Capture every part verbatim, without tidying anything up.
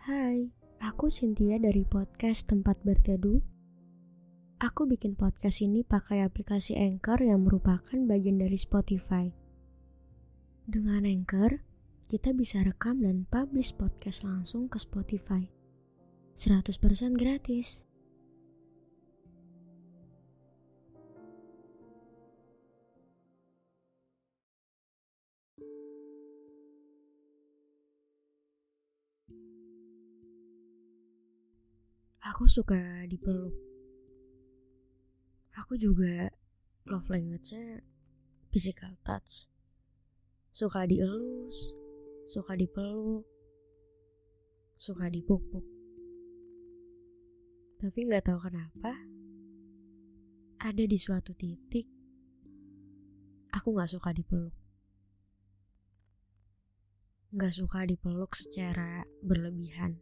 Hai, aku Cynthia dari podcast Tempat Berteduh. Aku bikin podcast ini pakai aplikasi Anchor yang merupakan bagian dari Spotify. Dengan Anchor, kita bisa rekam dan publish podcast langsung ke Spotify. seratus persen gratis. Aku suka dipeluk. Aku juga love language-nya physical touch. Suka dielus, suka dipeluk, suka dipupuk. Tapi gak tahu kenapa, ada di suatu titik, aku gak suka dipeluk. Gak suka dipeluk secara berlebihan.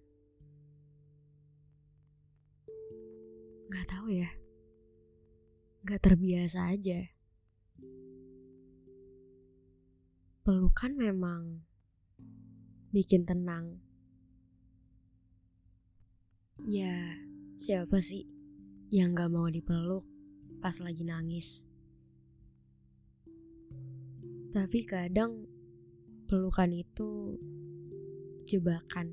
Gak tahu ya, gak terbiasa aja. Pelukan memang bikin tenang. Ya, siapa sih yang gak mau dipeluk pas lagi nangis? Tapi kadang pelukan itu jebakan.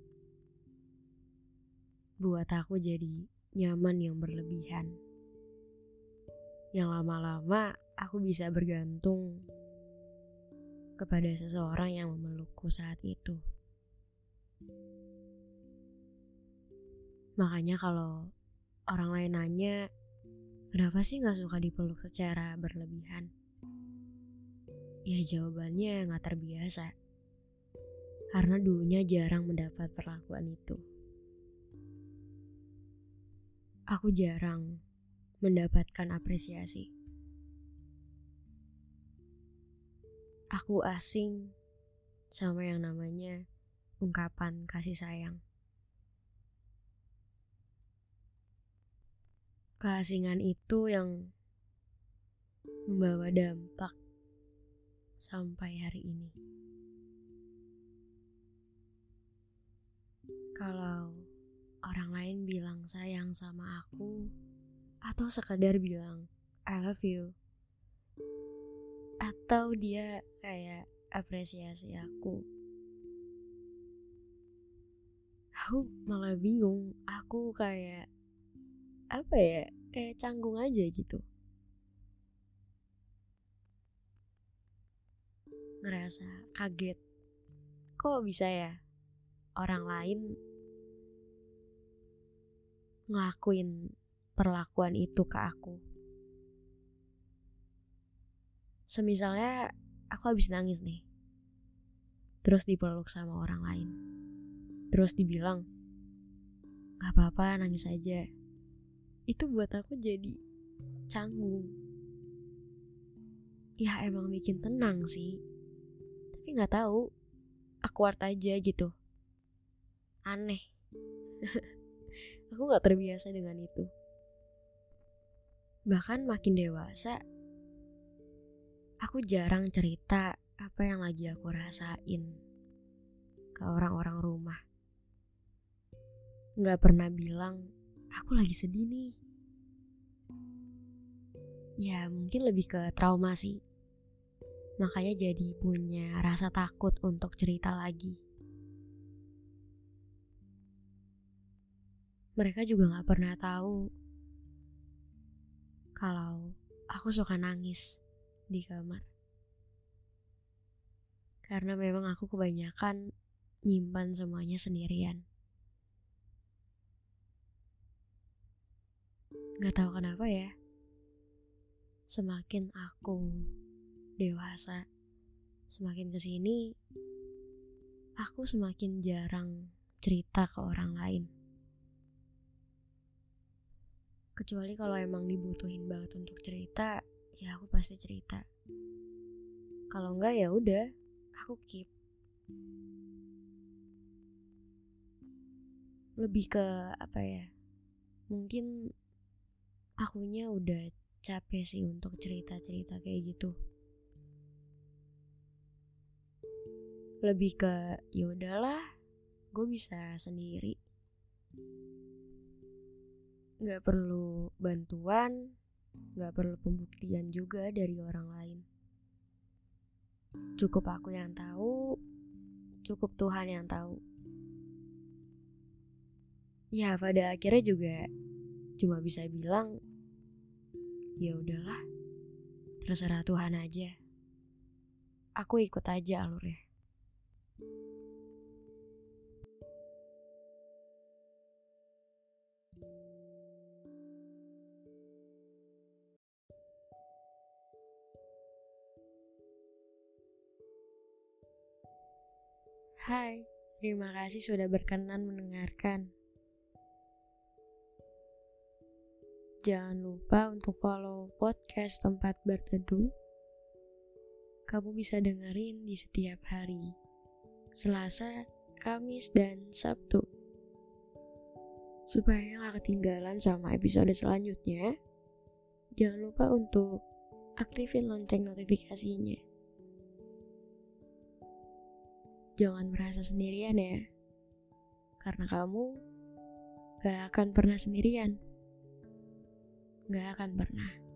Buat aku jadi nyaman yang berlebihan. Yang lama-lama aku bisa bergantung kepada seseorang yang memelukku saat itu. Makanya kalau orang lain nanya, kenapa sih gak suka dipeluk secara berlebihan? Ya jawabannya gak terbiasa. Karena dulunya jarang mendapat perlakuan itu. Aku jarang mendapatkan apresiasi. Aku asing sama yang namanya ungkapan kasih sayang. Keasingan itu yang membawa dampak sampai hari ini. Kalau orang lain bilang sayang sama aku, atau sekadar bilang I love you, atau dia kayak apresiasi aku, aku malah bingung. Aku kayak apa ya, kayak canggung aja gitu. Ngerasa kaget. Kok bisa ya orang lain ngelakuin perlakuan itu ke aku? Semisalnya aku habis nangis nih, terus dipeluk sama orang lain, terus dibilang gak apa-apa, nangis aja. Itu buat aku jadi canggung. Ya emang bikin tenang sih, tapi gak tahu, awkward aja gitu. Aneh. Aku gak terbiasa dengan itu. Bahkan makin dewasa, aku jarang cerita apa yang lagi aku rasain ke orang-orang rumah. Gak pernah bilang, aku lagi sedih nih. Ya mungkin lebih ke trauma sih. Makanya jadi punya rasa takut untuk cerita lagi. Mereka juga gak pernah tahu kalau aku suka nangis di kamar. Karena memang aku kebanyakan nyimpan semuanya sendirian. Gak tahu kenapa ya, semakin aku dewasa, semakin kesini aku semakin jarang cerita ke orang lain. Kecuali kalau emang dibutuhin banget untuk cerita, ya aku pasti cerita. Kalau enggak ya udah, aku keep. Lebih ke apa ya? Mungkin akunya udah capek sih untuk cerita-cerita kayak gitu. Lebih ke ya udahlah, gue bisa sendiri. Gak perlu bantuan, gak perlu pembuktian juga dari orang lain. Cukup aku yang tahu, cukup Tuhan yang tahu. Ya pada akhirnya juga cuma bisa bilang, ya udahlah, terserah Tuhan aja. Aku ikut aja alurnya. Hai, terima kasih sudah berkenan mendengarkan. Jangan lupa untuk follow podcast Tempat Berteduh. Kamu bisa dengerin di setiap hari, Selasa, Kamis, dan Sabtu. Supaya gak ketinggalan sama episode selanjutnya, jangan lupa untuk aktifin lonceng notifikasinya. Jangan merasa sendirian ya, karena kamu gak akan pernah sendirian. Gak akan pernah.